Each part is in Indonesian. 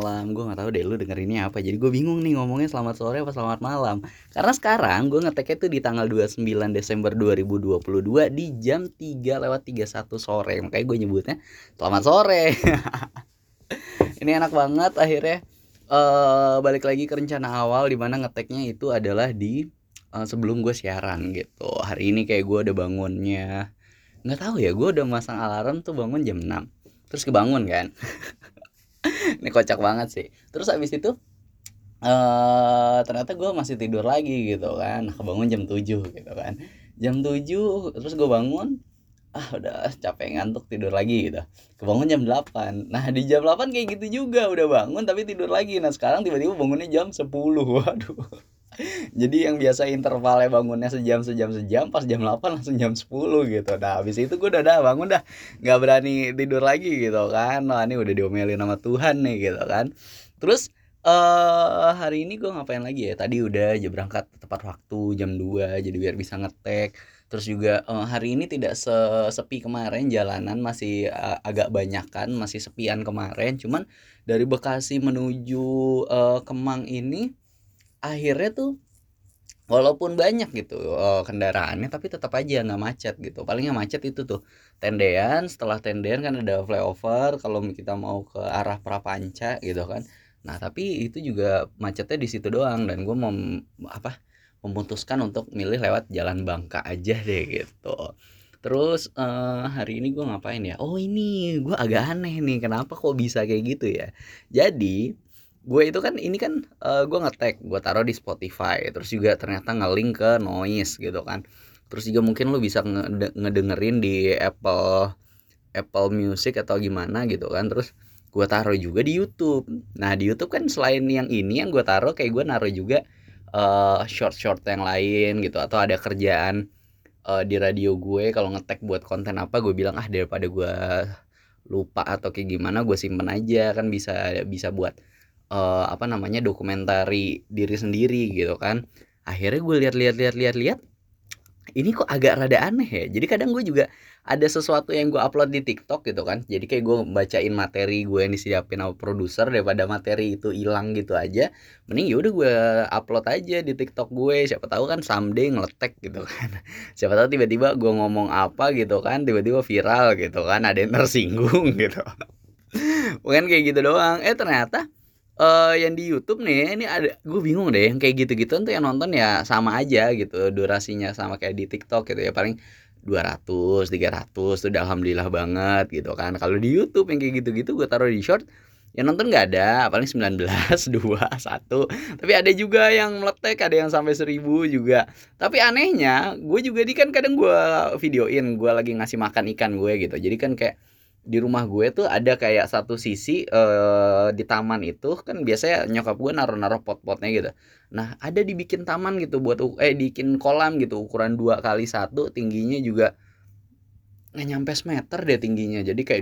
malam. Gue nggak tahu deh lu dengerinnya apa. Jadi gue bingung nih ngomongnya selamat sore apa selamat malam. Karena sekarang gue ngeteknya tuh di tanggal 29 Desember 2022 di jam 3:31 sore. Makanya gue nyebutnya selamat sore. Ini enak banget akhirnya balik lagi ke rencana awal di mana ngeteknya itu adalah di sebelum gue siaran gitu. Hari ini kayak gue udah bangunnya nggak tahu ya, gue udah masang alarm tuh bangun jam 6. Terus kebangun kan. Ini kocak banget sih. Terus abis itu ternyata gue masih tidur lagi gitu kan. Kebangun jam 7 gitu kan. Jam 7 terus gue bangun, udah capek ngantuk tidur lagi gitu. Kebangun jam 8. Nah di jam 8 kayak gitu juga, udah bangun tapi tidur lagi. Nah sekarang tiba-tiba bangunnya jam 10. Waduh. Jadi yang biasa intervalnya bangunnya sejam pas jam 8 langsung jam 10 gitu. Nah habis itu gue udah bangun dah, nggak berani tidur lagi gitu kan. Nah ini udah diomelin sama Tuhan nih gitu kan. Terus hari ini gue ngapain lagi ya? Tadi udah aja berangkat tepat waktu jam 2 jadi biar bisa ngetek. Terus juga hari ini tidak sesepi kemarin, jalanan masih agak banyakan, masih sepian kemarin. Cuman dari Bekasi menuju Kemang ini akhirnya tuh walaupun banyak gitu kendaraannya tapi tetap aja nggak macet gitu. Palingnya macet itu tuh tendean, setelah tendean kan ada flyover kalau kita mau ke arah Prapanca gitu kan. Nah tapi itu juga macetnya di situ doang dan gue mau apa memutuskan untuk milih lewat Jalan Bangka aja deh gitu. Terus hari ini gue ngapain ya? Oh ini gue agak aneh nih, kenapa kok bisa kayak gitu ya? Jadi gue itu kan ini kan gue ngetek, gue taruh di Spotify, terus juga ternyata ngelink ke Noise gitu kan. Terus juga mungkin lu bisa ngedengerin di Apple Apple Music atau gimana gitu kan. Terus gue taruh juga di YouTube. Nah di YouTube kan selain yang ini yang gue taruh, kayak gue naruh juga short-short yang lain gitu, atau ada kerjaan di radio gue kalau ngetek buat konten apa, gue bilang daripada gue lupa atau kayak gimana, gue simpen aja kan, bisa bisa buat apa namanya dokumentari diri sendiri gitu kan. Akhirnya gue lihat ini kok agak rada aneh ya. Jadi kadang gue juga ada sesuatu yang gue upload di TikTok gitu kan. Jadi kayak gue bacain materi gue yang disiapin sama produser, daripada materi itu hilang gitu aja. Mending yaudah gue upload aja di TikTok gue. Siapa tahu kan someday ngeletek gitu kan. Siapa tahu tiba-tiba gue ngomong apa gitu kan, tiba-tiba viral gitu kan. Ada yang tersinggung gitu. Bukan kayak gitu doang. Ternyata yang di YouTube nih, ini ada, gue bingung deh, yang kayak gitu-gituan tuh yang nonton ya sama aja gitu, durasinya sama kayak di TikTok gitu ya, paling 200, 300 tuh udah alhamdulillah banget gitu kan. Kalau di YouTube yang kayak gitu-gitu gue taruh di short, yang nonton nggak ada, paling 19, 2, 1. Tapi ada juga yang meletek, ada yang sampai 1000 juga. Tapi anehnya, gue juga di kan kadang gue videoin, gue lagi ngasih makan ikan gue gitu. Jadi kan kayak di rumah gue tuh ada kayak satu sisi di taman itu kan biasanya nyokap gue naruh-naruh pot-potnya gitu. Nah, ada dibikin taman gitu buat bikin kolam gitu ukuran 2x1, tingginya juga nggak nyampe semeter deh tingginya. Jadi kayak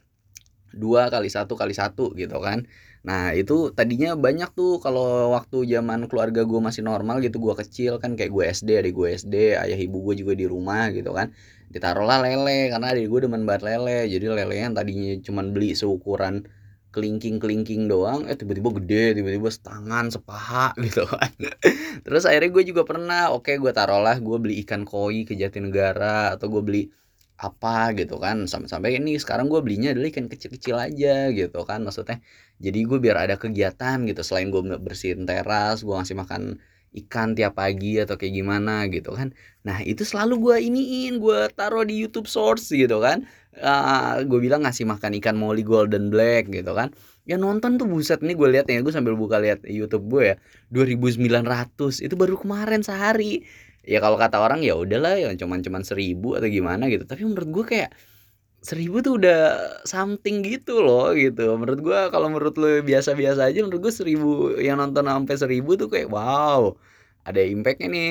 2x1x1 gitu kan. Nah itu tadinya banyak tuh kalau waktu zaman keluarga gue masih normal gitu, gue kecil kan, kayak gue SD, adik gue SD, ayah ibu gue juga di rumah gitu kan. Ditaruhlah lele, karena adik gue demen banget lele. Jadi lele yang tadinya cuman beli seukuran kelingking-kelingking doang, tiba-tiba gede, tiba-tiba setangan, sepaha gitu kan. Terus akhirnya gue juga pernah, oke gue taruhlah gue beli ikan koi ke Jatinegara, atau gue beli apa gitu kan, sampai-sampai ini sekarang gue belinya adalah ikan kecil-kecil aja gitu kan, maksudnya jadi gue biar ada kegiatan gitu, selain gue bersihin teras, gue ngasih makan ikan tiap pagi atau kayak gimana gitu kan. Nah itu selalu gue iniin, gue taruh di YouTube Shorts gitu kan. Gue bilang ngasih makan ikan Molly Golden Black gitu kan. Ya nonton tuh buset, nih gue lihat ya, gue sambil buka lihat YouTube gue ya, 2.900 itu baru kemarin sehari. Ya kalau kata orang ya udahlah ya, cuman 1000 atau gimana gitu, tapi menurut gue kayak 1000 tuh udah something gitu loh gitu. Menurut gue, kalau menurut lo biasa-biasa aja, menurut gue 1000 yang nonton sampai 1000 tuh kayak wow, ada impactnya nih.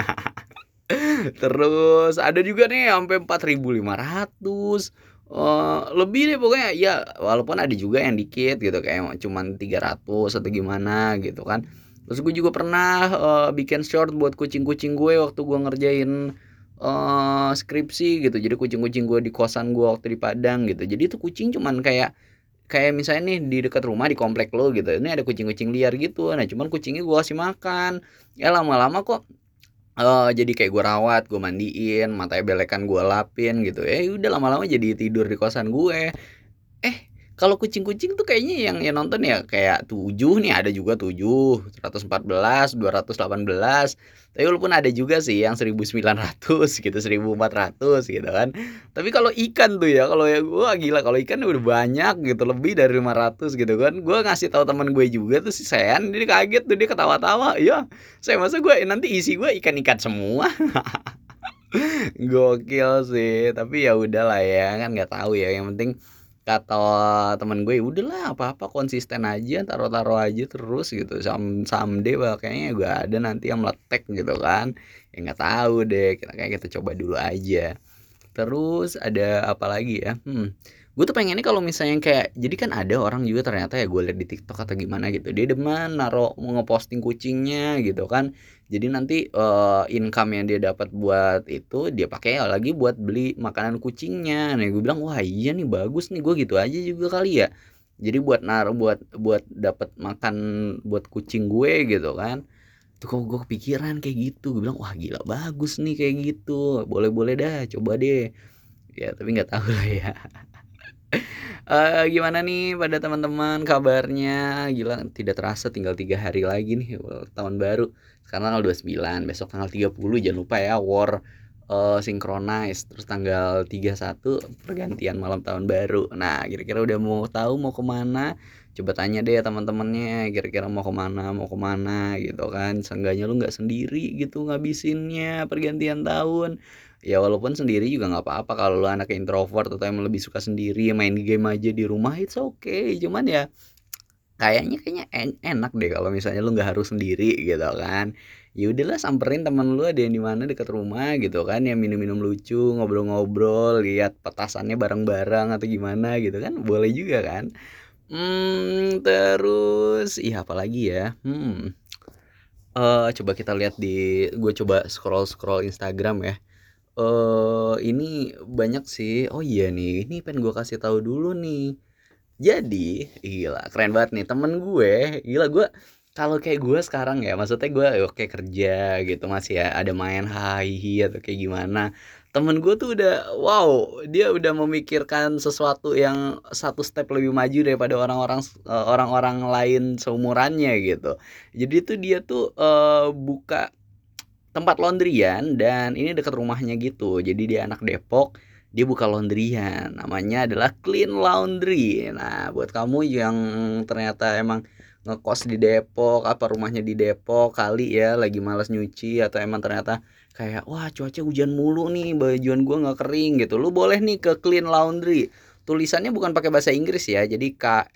Terus ada juga nih sampai 4.500, lebih deh pokoknya ya, walaupun ada juga yang dikit gitu kayak cuman 300 atau gimana gitu kan. Terus gue juga pernah bikin short buat kucing-kucing gue waktu gue ngerjain skripsi gitu. Jadi kucing-kucing gue di kosan gue waktu di Padang gitu. Jadi itu kucing cuman kayak kayak misalnya nih di dekat rumah di komplek lo gitu, ini ada kucing-kucing liar gitu, nah cuman kucingnya gue kasih makan, ya lama-lama kok jadi kayak gue rawat, gue mandiin, matanya belekan gue lapin gitu, ya udah lama-lama jadi tidur di kosan gue. Eh, kalau kucing-kucing tuh kayaknya yang nonton ya kayak 7 nih, ada juga 7, 114, 218. Tapi walaupun ada juga sih yang 1900 gitu, 1400 gitu kan. Tapi kalau ikan tuh ya, kalau ya gua gila kalau ikan udah banyak gitu, lebih dari 500 gitu kan. Gua ngasih tahu teman gue juga tuh si Sean, dia kaget tuh, dia ketawa-tawa. Ya, saya masa gue nanti isi gue ikan-ikan semua. Gokil sih, tapi ya udahlah ya, kan nggak tahu ya. Yang penting kata temen gue, udahlah apa-apa konsisten aja, taruh-taruh aja terus gitu. Someday kayaknya juga ada nanti yang meletek gitu kan. Ya nggak tahu deh, kita coba dulu aja. Terus ada apa lagi ya? Gue tuh pengennya kalau misalnya kayak, jadi kan ada orang juga ternyata ya gue liat di TikTok atau gimana gitu, dia demen naruh mau ngeposting kucingnya gitu kan. Jadi nanti income yang dia dapat buat itu dia pakai lagi buat beli makanan kucingnya. Nah gue bilang wah iya nih bagus nih, gue gitu aja juga kali ya. Jadi buat naruh buat dapat makan buat kucing gue gitu kan. Tuh kok gue kepikiran kayak gitu, gue bilang wah gila bagus nih kayak gitu, boleh-boleh dah coba deh. Ya tapi nggak tahu lah ya. Gimana nih pada teman-teman kabarnya? Gila tidak terasa tinggal 3 hari lagi nih tahun baru. Sekarang tanggal 29, besok tanggal 30 jangan lupa ya War Synchronize. Terus tanggal 31 pergantian malam tahun baru. Nah kira-kira udah mau tahu mau kemana? Coba tanya deh teman-temannya kira-kira mau kemana gitu kan. Seenggaknya lu nggak sendiri gitu ngabisinnya pergantian tahun. Ya walaupun sendiri juga nggak apa-apa kalau lu anak introvert atau emang lebih suka sendiri main game aja di rumah, it's okay. Cuman ya kayaknya enak deh kalau misalnya lu nggak harus sendiri gitu kan. Ya udahlah samperin temen lu ada yang di mana dekat rumah gitu kan, yang minum-minum lucu, ngobrol-ngobrol, lihat petasannya bareng-bareng atau gimana gitu kan, boleh juga kan. Terus iya apalagi ya. Coba kita lihat gue coba scroll Instagram ya. Ini banyak sih. Oh iya nih, ini pengen gue kasih tahu dulu nih. Jadi, gila keren banget nih temen gue. Gila gue kalau kayak gue sekarang ya, maksudnya gue oke kerja gitu masih ya ada main hi atau kayak gimana. Temen gue tuh udah wow, dia udah memikirkan sesuatu yang satu step lebih maju daripada orang-orang lain seumurannya gitu. Jadi tuh dia tuh buka tempat laundryan dan ini dekat rumahnya gitu. Jadi dia anak Depok, dia buka laundryan. Namanya adalah Clean Laundry. Nah, buat kamu yang ternyata emang ngekos di Depok, apa rumahnya di Depok kali ya lagi malas nyuci atau emang ternyata kayak wah cuaca hujan mulu nih, bajuan gua nggak kering gitu. Lu boleh nih ke Clean Laundry. Tulisannya bukan pakai bahasa Inggris ya, jadi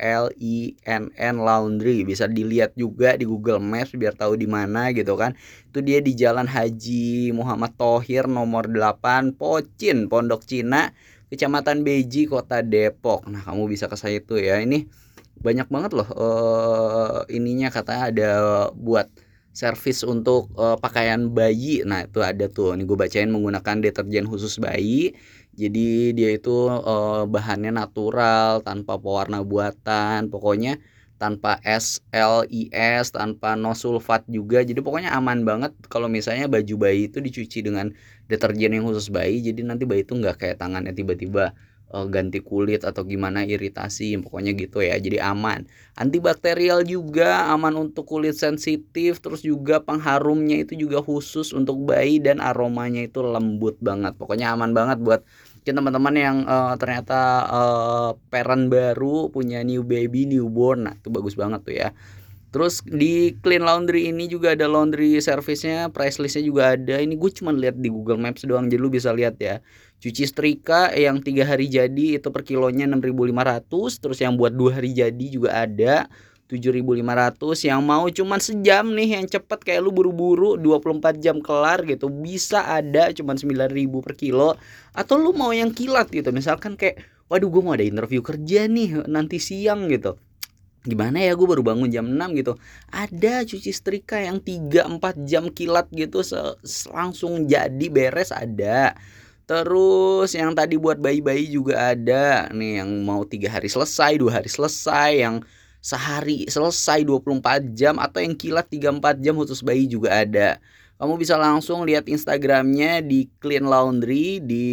KLINN Laundry. Bisa dilihat juga di Google Maps biar tahu di mana gitu kan. Itu dia di Jalan Haji Muhammad Thohir nomor 8 Pocin, Pondok Cina, Kecamatan Beji, Kota Depok. Nah, kamu bisa ke saya itu ya. Ini banyak banget loh ininya katanya ada buat servis untuk pakaian bayi. Nah, itu ada tuh. Ini gue bacain menggunakan deterjen khusus bayi. Jadi dia itu bahannya natural, tanpa pewarna buatan, pokoknya tanpa SLIS, tanpa no sulfat juga. Jadi pokoknya aman banget kalau misalnya baju bayi itu dicuci dengan deterjen yang khusus bayi. Jadi nanti bayi itu nggak kayak tangannya tiba-tiba ganti kulit atau gimana iritasi, pokoknya gitu ya. Jadi aman, antibakterial juga, aman untuk kulit sensitif. Terus juga pengharumnya itu juga khusus untuk bayi dan aromanya itu lembut banget. Pokoknya aman banget buat teman-teman yang ternyata parent baru punya new baby newborn. Nah itu bagus banget tuh ya. Terus di Clean Laundry ini juga ada laundry service-nya, price list-nya juga ada. Ini gue cuma lihat di Google Maps doang, jadi lu bisa lihat ya. Cuci setrika yang 3 hari jadi itu per kilonya 6.500. Terus yang buat 2 hari jadi juga ada 7.500. Yang mau cuman sejam nih yang cepet kayak lu buru-buru 24 jam kelar gitu, bisa ada cuman 9.000 per kilo. Atau lu mau yang kilat gitu, misalkan kayak waduh gue mau ada interview kerja nih nanti siang gitu, gimana ya gue baru bangun jam 6 gitu, ada cuci setrika yang 3-4 jam kilat gitu langsung jadi beres ada. Terus yang tadi buat bayi-bayi juga ada nih, yang mau 3 hari selesai, 2 hari selesai, yang sehari selesai 24 jam, atau yang kilat 3-4 jam khusus bayi juga ada. Kamu bisa langsung lihat Instagramnya di Clean Laundry, di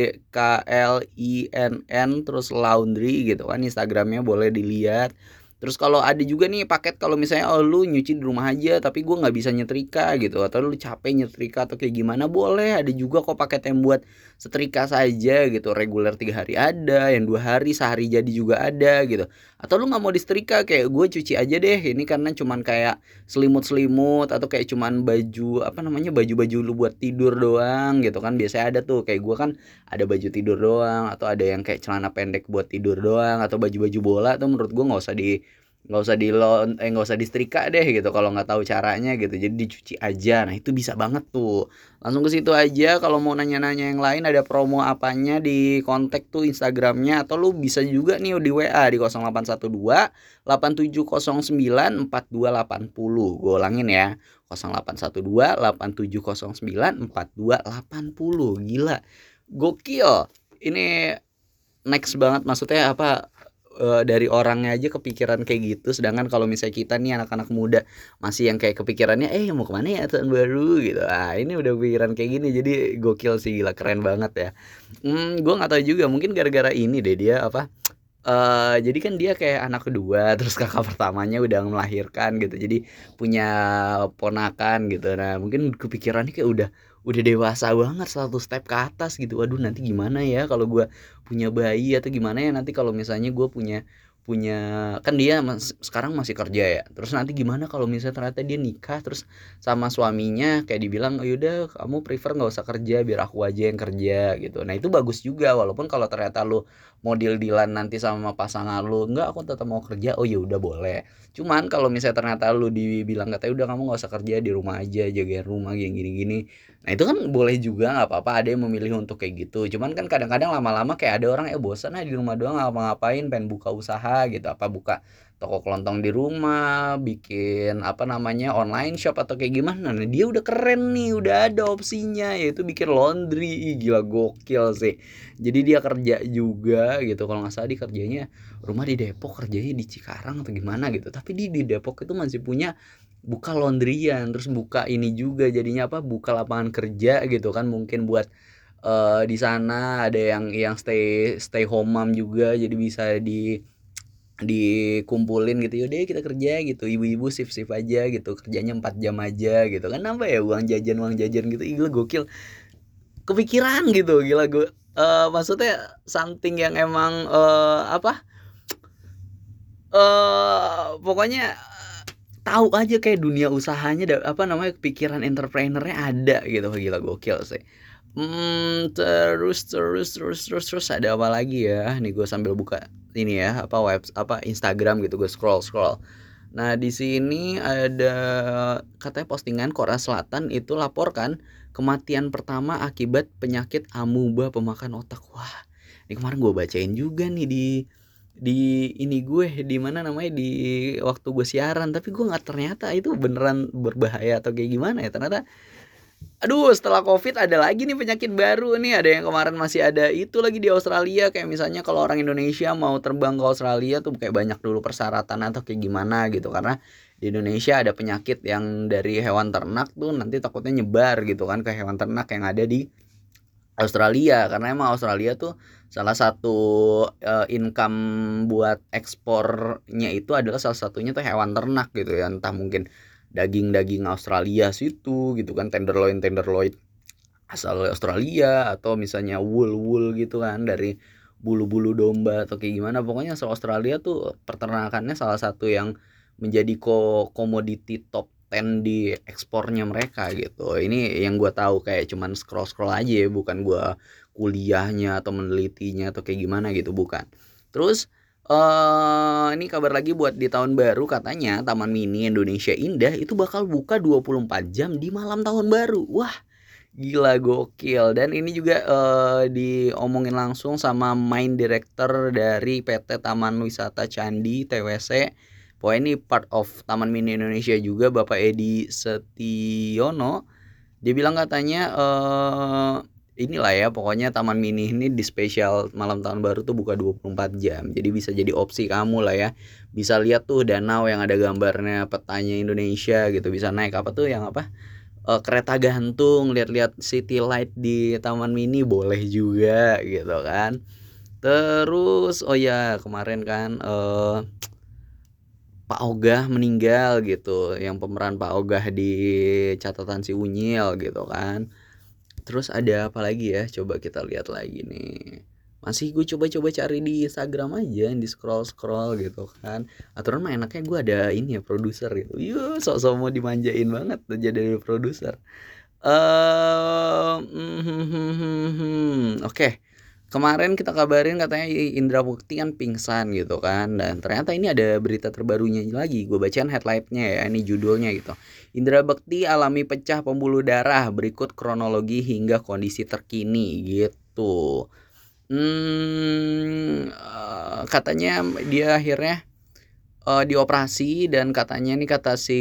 KLINN terus Laundry gitu kan, Instagramnya boleh dilihat. Terus kalau ada juga nih paket, kalau misalnya lu nyuci di rumah aja tapi gue nggak bisa nyetrika gitu, atau lu capek nyetrika atau kayak gimana, boleh ada juga kok paket yang buat setrika saja gitu. Reguler 3 hari ada, yang 2 hari sehari jadi juga ada gitu. Atau lu nggak mau disetrika, kayak gue cuci aja deh ini karena cuman kayak selimut-selimut, atau kayak cuman baju apa namanya, baju-baju lu buat tidur doang gitu kan. Biasanya ada tuh, kayak gue kan ada baju tidur doang, atau ada yang kayak celana pendek buat tidur doang, atau baju-baju bola tuh menurut gue nggak usah disetrika deh gitu kalau nggak tahu caranya gitu, jadi dicuci aja. Nah itu bisa banget tuh, langsung ke situ aja. Kalau mau nanya-nanya yang lain, ada promo apanya, di kontak tuh Instagramnya, atau lu bisa juga nih di WA di 0812 8709 4280. Gue ulangin ya, 0812 8709 4280. Gila, gokil ini, next banget. Maksudnya apa, dari orangnya aja kepikiran kayak gitu. Sedangkan kalau misalnya kita nih anak-anak muda masih yang kayak kepikirannya mau kemana ya tahun baru gitu. Ini udah pikiran kayak gini, jadi gokil sih, gila keren banget ya. Gue nggak tahu juga, mungkin gara-gara ini deh dia apa, jadi kan dia kayak anak kedua, terus kakak pertamanya udah melahirkan gitu, jadi punya ponakan gitu. Nah mungkin kepikirannya kayak udah dewasa banget, 1 step ke atas gitu. Waduh, nanti gimana ya kalau gue punya bayi, atau gimana ya nanti kalau misalnya gue punya punya kan dia sekarang masih kerja ya. Terus nanti gimana kalau misalnya ternyata dia nikah terus sama suaminya, kayak dibilang, "Oh, yaudah kamu prefer nggak usah kerja, biar aku aja yang kerja," gitu. Nah itu bagus juga, walaupun kalau ternyata lu mau deal-dealan nanti sama pasangan lu, "Enggak, aku tetap mau kerja," oh ya udah boleh. Cuman kalau misalnya ternyata lu dibilang katanya, "Udah kamu nggak usah kerja, di rumah aja jagain rumah gini-gini," nah itu kan boleh juga, nggak apa-apa ada yang memilih untuk kayak gitu. Cuman kan kadang-kadang lama-lama kayak ada orang bosan di rumah doang nggak ngapa-ngapain, pengen buka usaha gitu, apa buka toko kelontong di rumah, bikin apa namanya online shop atau kayak gimana. Nah dia udah keren nih, udah ada opsinya, yaitu bikin laundry. Ih, gila gokil sih. Jadi dia kerja juga gitu, kalau nggak salah dia kerjanya rumah di Depok, kerjanya di Cikarang atau gimana gitu, tapi di Depok itu masih punya buka laundryan. Terus buka ini juga, jadinya apa, buka lapangan kerja gitu kan, mungkin buat di sana ada yang stay home mom juga, jadi bisa dikumpulin gitu. Yaudah kita kerja gitu, ibu-ibu shift aja gitu, kerjanya 4 jam aja gitu kan, nambah ya uang jajan gitu. Gila gokil, kepikiran gitu. Gila gue, maksudnya something yang emang apa, pokoknya tahu aja kayak dunia usahanya, apa namanya, pikiran entrepreneurnya ada gitu. Gila gokil sih. Terus ada apa lagi ya? Nih gue sambil buka ini ya, apa apa Instagram gitu, gue scroll. Nah di sini ada katanya postingan Korea Selatan itu laporkan kematian pertama akibat penyakit amuba pemakan otak. Wah, ini kemarin gue bacain juga nih di ini gue, di mana namanya, di waktu gue siaran, tapi gue nggak, ternyata itu beneran berbahaya atau kayak gimana ya. Ternyata aduh, setelah Covid ada lagi nih penyakit baru nih. Ada yang kemarin masih ada itu lagi di Australia. Kayak misalnya kalau orang Indonesia mau terbang ke Australia tuh kayak banyak dulu persyaratan atau kayak gimana gitu. Karena di Indonesia ada penyakit yang dari hewan ternak tuh nanti takutnya nyebar gitu kan ke hewan ternak yang ada di Australia. Karena emang Australia tuh salah satu income buat ekspornya itu adalah salah satunya tuh hewan ternak gitu ya. Entah mungkin daging Australia situ gitu kan, tenderloin asal Australia, atau misalnya wool gitu kan dari bulu-bulu domba atau kayak gimana. Pokoknya asal Australia tuh peternakannya salah satu yang menjadi komoditi top 10 di ekspornya mereka gitu. Ini yang gue tahu, kayak cuman scroll aja ya, bukan gue kuliahnya atau menelitinya atau kayak gimana gitu, bukan. Terus ini kabar lagi buat di tahun baru, katanya Taman Mini Indonesia Indah itu bakal buka 24 jam di malam tahun baru. Wah, gila gokil. Dan ini juga diomongin langsung sama main director dari PT Taman Wisata Candi TWC. Pokoknya ini part of Taman Mini Indonesia juga, Bapak Edi Setiono. Dia bilang katanya inilah ya, pokoknya Taman Mini ini di spesial malam tahun baru tuh buka 24 jam. Jadi bisa jadi opsi kamu lah ya. Bisa lihat tuh danau yang ada gambarnya petanya Indonesia gitu. Bisa naik apa tuh yang apa? Kereta gantung, lihat-lihat city light di Taman Mini boleh juga gitu kan. Terus oh ya kemarin kan Pak Ogah meninggal gitu, yang pemeran Pak Ogah di Catatan Si Unyil gitu kan. Terus ada apa lagi ya? Coba kita lihat lagi nih. Masih gue coba-coba cari di Instagram aja, di scroll-scroll gitu kan. Aturan mah enaknya gue ada ini ya, produser gitu. Yuh, sok-sok mau dimanjain banget tuh jadi produser. Oke. Kemarin kita kabarin katanya Indra Bekti kan pingsan gitu kan. Dan ternyata ini ada berita terbarunya lagi. Gue bacain headline-nya ya, ini judulnya gitu. Indra Bekti alami pecah pembuluh darah, berikut kronologi hingga kondisi terkini gitu. Katanya dia akhirnya dioperasi, dan katanya nih kata si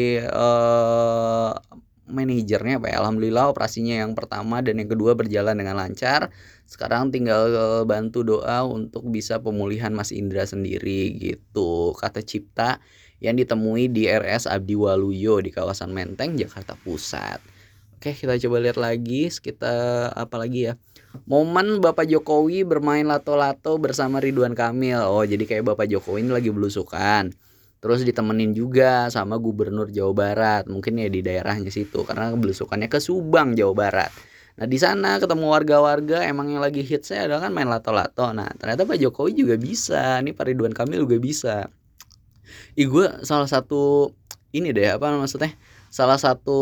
manajernya apa ya, alhamdulillah operasinya yang pertama dan yang kedua berjalan dengan lancar. Sekarang tinggal bantu doa untuk bisa pemulihan Mas Indra sendiri gitu, kata Cipta yang ditemui di RS Abdi Waluyo di kawasan Menteng, Jakarta Pusat. Oke, kita coba lihat lagi sekitar apa lagi ya. Momen Bapak Jokowi bermain lato-lato bersama Ridwan Kamil. Oh, jadi kayak Bapak Jokowi ini lagi belusukan. Terus ditemenin juga sama Gubernur Jawa Barat. Mungkin ya di daerahnya situ karena belusukannya ke Subang, Jawa Barat. Nah, di sana ketemu warga-warga, emang yang lagi hitsnya adalah kan main lato-lato. Nah, ternyata Pak Jokowi juga bisa. Nih Pak Ridwan Kamil juga bisa. Gue salah satu ini deh, apa maksudnya? Salah satu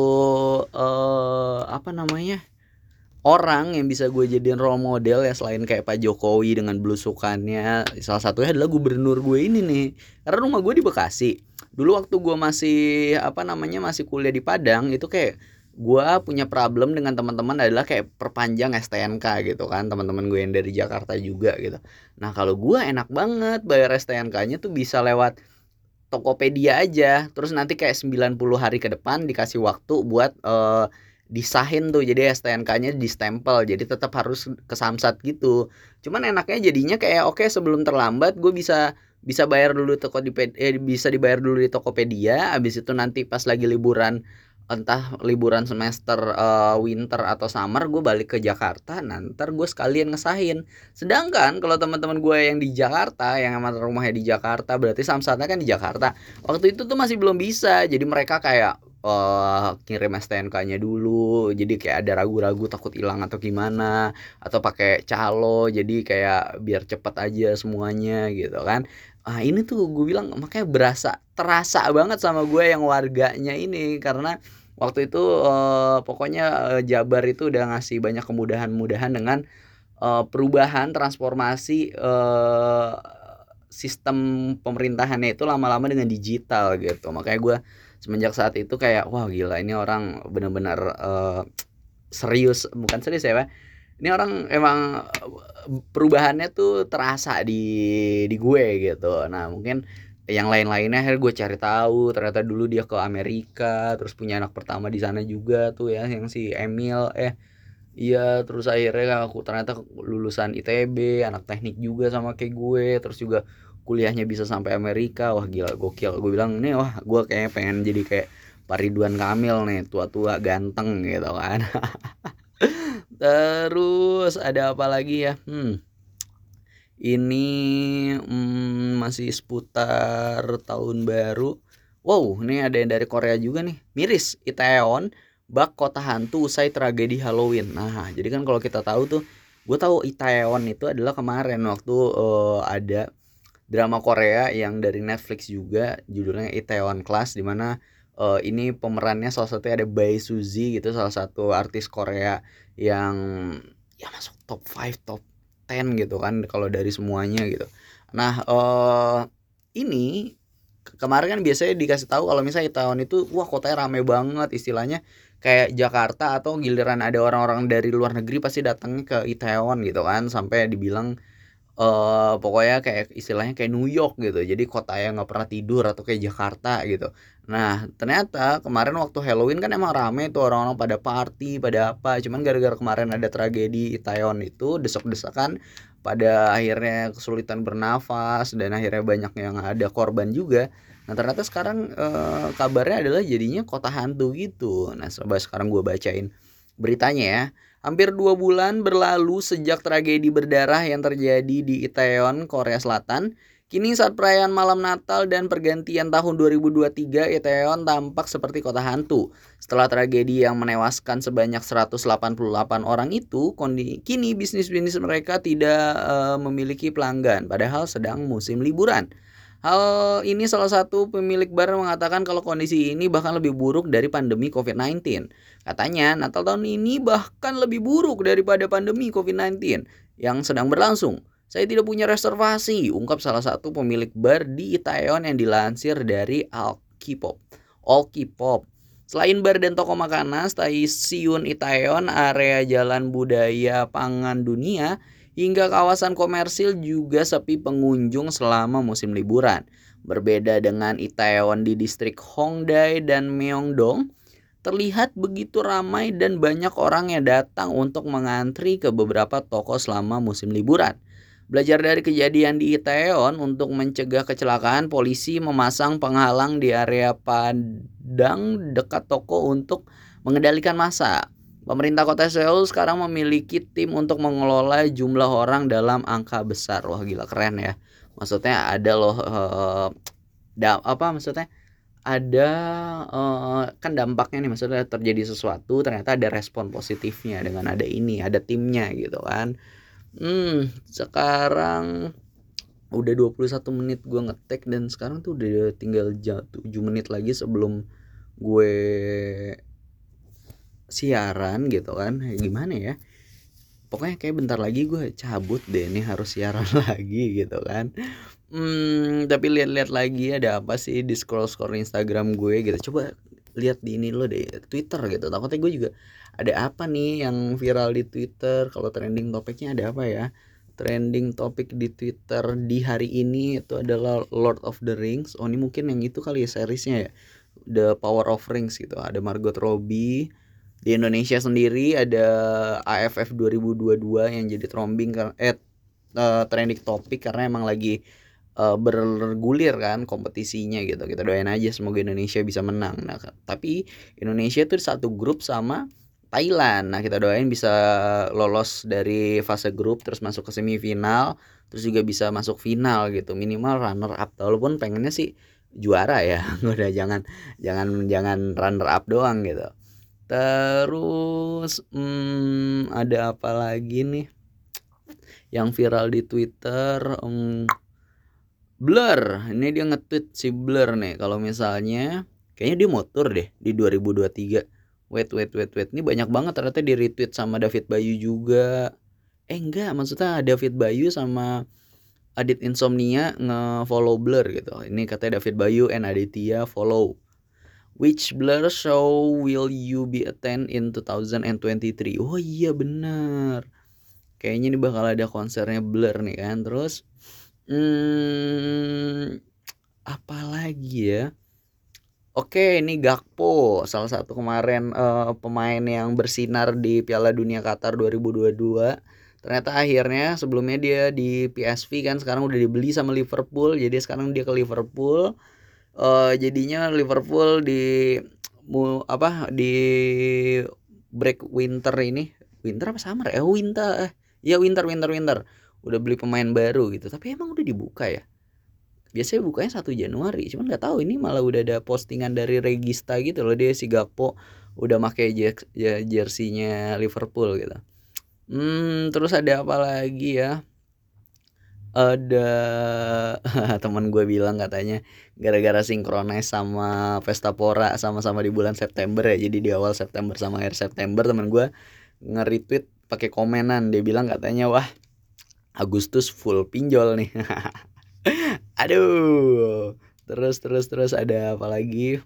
apa namanya? Orang yang bisa gue jadiin role model ya selain kayak Pak Jokowi dengan belusukannya, salah satunya adalah gubernur gue ini nih. Karena rumah gue di Bekasi. Dulu waktu gue masih apa namanya masih kuliah di Padang, itu kayak gue punya problem dengan teman-teman adalah kayak perpanjang STNK gitu kan, teman-teman gue yang dari Jakarta juga gitu. Nah, kalau gue enak banget bayar STNK-nya tuh bisa lewat Tokopedia aja. Terus nanti kayak 90 hari ke depan dikasih waktu buat disahin tuh, jadi STNK-nya di stempel, jadi tetap harus ke Samsat gitu. Cuman enaknya jadinya kayak oke, sebelum terlambat gue bisa bisa bayar dulu bisa dibayar dulu di Tokopedia, habis itu nanti pas lagi liburan, entah liburan semester winter atau summer, gue balik ke Jakarta, nanti gue sekalian ngesahin. Sedangkan kalau teman-teman gue yang di Jakarta, yang emang rumahnya di Jakarta, berarti Samsatnya kan di Jakarta. Waktu itu tuh masih belum bisa, jadi mereka kayak kirim STNK-nya dulu, jadi kayak ada ragu-ragu takut hilang atau gimana, atau pakai calo, jadi kayak biar cepet aja semuanya gitu kan. Ini tuh gue bilang makanya terasa banget sama gue yang warganya ini, karena waktu itu pokoknya Jabar itu udah ngasih banyak kemudahan-kemudahan dengan perubahan transformasi sistem pemerintahannya itu lama-lama dengan digital gitu. Makanya gue semenjak saat itu kayak wah gila, ini orang benar-benar serius, bukan serius ya Pak. Ini orang emang perubahannya tuh terasa di gue gitu. Nah, mungkin yang lain-lainnya akhirnya gue cari tahu, ternyata dulu dia ke Amerika, terus punya anak pertama di sana juga tuh ya, yang si Emil iya, terus akhirnya aku ternyata lulusan ITB, anak teknik juga sama kayak gue, terus juga kuliahnya bisa sampai Amerika. Wah gila, gokil. Gue bilang nih, wah gue kayaknya pengen jadi kayak Pak Ridwan Kamil nih, tua-tua ganteng gitu kan. Terus ada apa lagi ya? Ini masih seputar tahun baru. Wow, ini ada yang dari Korea juga nih. Miris, Itaewon bak kota hantu usai tragedi Halloween. Nah, jadi kan kalau kita tahu tuh, gue tahu Itaewon itu adalah kemarin waktu ada drama Korea yang dari Netflix juga, judulnya Itaewon Class, di mana ini pemerannya salah satunya ada Bae Suzy gitu, salah satu artis Korea yang ya masuk top 5, top 10 gitu kan kalau dari semuanya gitu. Nah, ini kemarin kan biasanya dikasih tahu kalau misalnya Itaewon itu wah kotanya rame banget, istilahnya kayak Jakarta, atau giliran ada orang-orang dari luar negeri pasti datangnya ke Itaewon gitu kan, sampai dibilang Pokoknya kayak istilahnya kayak New York gitu, jadi kota yang nggak pernah tidur atau kayak Jakarta gitu. Nah ternyata kemarin waktu Halloween kan emang rame tuh orang-orang pada party pada apa, cuman gara-gara kemarin ada tragedi Itaewon itu desak-desakan, pada akhirnya kesulitan bernafas dan akhirnya banyak yang ada korban juga. Nah ternyata sekarang kabarnya adalah jadinya kota hantu gitu. Nah coba sekarang gue bacain beritanya ya. Hampir 2 bulan berlalu sejak tragedi berdarah yang terjadi di Itaewon, Korea Selatan. Kini saat perayaan malam Natal dan pergantian tahun 2023, Itaewon tampak seperti kota hantu. Setelah tragedi yang menewaskan sebanyak 188 orang itu, kini bisnis-bisnis mereka tidak memiliki pelanggan, padahal sedang musim liburan. Hal ini salah satu pemilik bar mengatakan kalau kondisi ini bahkan lebih buruk dari pandemi COVID-19. Katanya Natal tahun ini bahkan lebih buruk daripada pandemi COVID-19 yang sedang berlangsung. Saya tidak punya reservasi, ungkap salah satu pemilik bar di Itaewon yang dilansir dari Allkipop. Selain bar dan toko makanan, stasiun Itaewon, area Jalan Budaya Pangan Dunia, hingga kawasan komersil juga sepi pengunjung selama musim liburan. Berbeda dengan Itaewon di distrik Hongdae dan Myeongdong, terlihat begitu ramai dan banyak orang yang datang untuk mengantri ke beberapa toko selama musim liburan. Belajar dari kejadian di Itaewon, untuk mencegah kecelakaan, polisi memasang penghalang di area padang dekat toko untuk mengendalikan massa. Pemerintah kota Seoul sekarang memiliki tim untuk mengelola jumlah orang dalam angka besar. Wah gila keren ya. Maksudnya ada loh maksudnya ada kan dampaknya nih, maksudnya terjadi sesuatu ternyata ada respon positifnya dengan ada ini, ada timnya gitu kan. Sekarang udah 21 menit gue ngetek dan sekarang tuh udah tinggal 7 menit lagi sebelum gue siaran gitu kan. Gimana ya, pokoknya kayak bentar lagi gue cabut deh, ini harus siaran lagi gitu kan. Tapi lihat-lihat lagi ada apa sih di scroll Instagram gue gitu. Coba lihat di ini lo deh, Twitter gitu. Takutnya gue juga ada apa nih yang viral di Twitter. Kalau trending topiknya ada apa ya? Trending topik di Twitter di hari ini itu adalah Lord of the Rings. Oh ini mungkin yang itu kali ya seriesnya ya, The Power of Rings gitu. Ada Margot Robbie. Di Indonesia sendiri ada AFF 2022 yang jadi trending topik karena emang lagi bergulir kan kompetisinya gitu. Kita doain aja semoga Indonesia bisa menang. Nah tapi Indonesia tuh satu grup sama Thailand. Nah kita doain bisa lolos dari fase grup terus masuk ke semifinal, terus juga bisa masuk final gitu, minimal runner up. Walaupun pengennya sih juara ya. Udah jangan runner up doang gitu. Terus ada apa lagi nih yang viral di Twitter? Blur, ini dia nge-tweet si Blur nih. Kalau misalnya kayaknya dia motor deh di 2023. Wait. Ini banyak banget ternyata di retweet sama David Bayu juga. Enggak, maksudnya David Bayu sama Adit Insomnia nge-follow Blur gitu. Ini katanya David Bayu and Aditya follow. Which Blur show will you be attend in 2023? Oh iya bener. Kayaknya ini bakal ada konsernya Blur nih kan. Terus apa lagi ya? Oke, ini Gakpo, salah satu kemarin pemain yang bersinar di Piala Dunia Qatar 2022. Ternyata akhirnya sebelumnya dia di PSV kan, sekarang udah dibeli sama Liverpool. Jadi sekarang dia ke Liverpool. Jadinya Liverpool di break winter ini, winter apa summer ya, winter udah beli pemain baru gitu. Tapi emang udah dibuka ya, biasanya bukanya 1 Januari, cuman nggak tahu ini malah udah ada postingan dari Regista gitu loh, dia si Gakpo udah pakai jersinya Liverpool gitu. Terus ada apa lagi ya? Ada teman gue bilang katanya gara-gara sinkronize sama Pesta Pora sama-sama di bulan September ya, jadi di awal September sama akhir September, teman gue nge-retweet pakai komenan, dia bilang katanya wah Agustus full pinjol nih. Aduh. Terus ada apa lagi?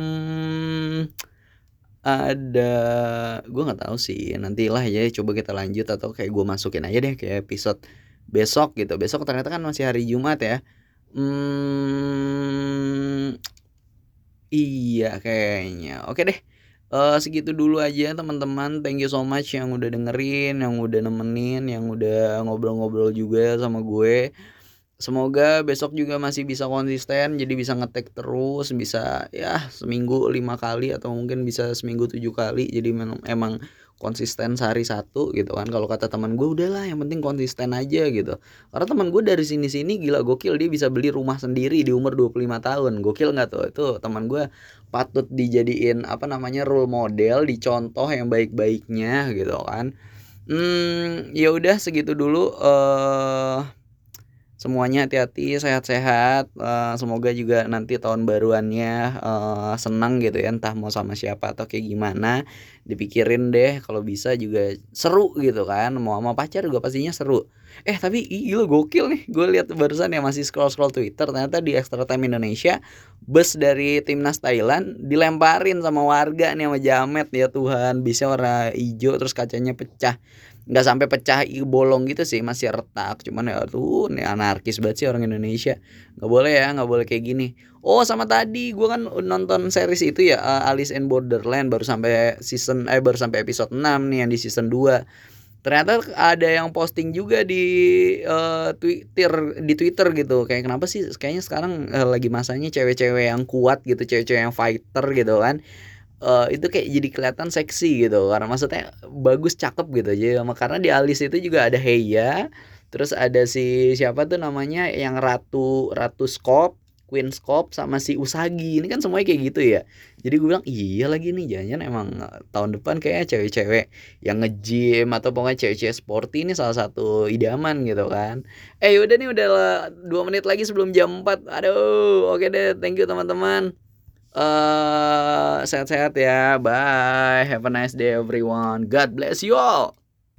Ada, gue nggak tahu sih, nantilah ya, coba kita lanjut atau kayak gue masukin aja deh kayak episode besok gitu. Besok ternyata kan masih hari Jumat ya. Iya kayaknya. Oke deh. Segitu dulu aja teman-teman. Thank you so much yang udah dengerin, yang udah nemenin, yang udah ngobrol-ngobrol juga sama gue. Semoga besok juga masih bisa konsisten, jadi bisa ngetek terus, bisa ya seminggu 5 kali atau mungkin bisa seminggu 7 kali. Jadi emang konsisten sehari satu gitu kan. Kalau kata teman gue udahlah yang penting konsisten aja gitu. Karena teman gue dari sini-sini gila gokil, dia bisa beli rumah sendiri di umur 25 tahun. Gokil nggak tuh? Itu teman gue patut dijadiin apa namanya role model, dicontoh yang baik-baiknya gitu kan. Ya udah segitu dulu. Semuanya hati-hati, sehat-sehat. Semoga juga nanti tahun baruannya senang gitu ya, entah mau sama siapa atau kayak gimana. Dipikirin deh, kalau bisa juga seru gitu kan. Mau sama pacar juga pastinya seru. Tapi gila gokil nih. Gue lihat barusan ya masih scroll-scroll Twitter, ternyata di Extra Time Indonesia bus dari timnas Thailand dilemparin sama warga nih sama jamet, ya Tuhan. Bisa warna hijau terus kacanya pecah. Nggak sampai pecah bolong gitu sih, masih retak, cuman ya tuh nih anarkis banget sih orang Indonesia. Nggak boleh ya, nggak boleh kayak gini. Sama tadi gue kan nonton series itu ya, Alice in Borderland, baru sampai episode 6 nih yang di season 2. Ternyata ada yang posting juga di Twitter gitu, kayak kenapa sih kayaknya sekarang lagi masanya cewek-cewek yang kuat gitu, cewek-cewek yang fighter gitu kan. Itu kayak jadi kelihatan seksi gitu, karena maksudnya bagus, cakep gitu aja. Karena di alis itu juga ada Heya, terus ada si siapa tuh namanya yang ratu Scope, Queen Scope, sama si Usagi. Ini kan semuanya kayak gitu ya. Jadi gue bilang iya lagi nih, jangan emang tahun depan kayak cewek-cewek yang nge-gym atau pokoknya cewek-cewek sporty ini salah satu idaman gitu kan. Yaudah nih, udah 2 menit lagi sebelum jam 4. Aduh, oke deh, thank you teman-teman. Sehat-sehat ya. Bye. Have a nice day everyone. God bless you all.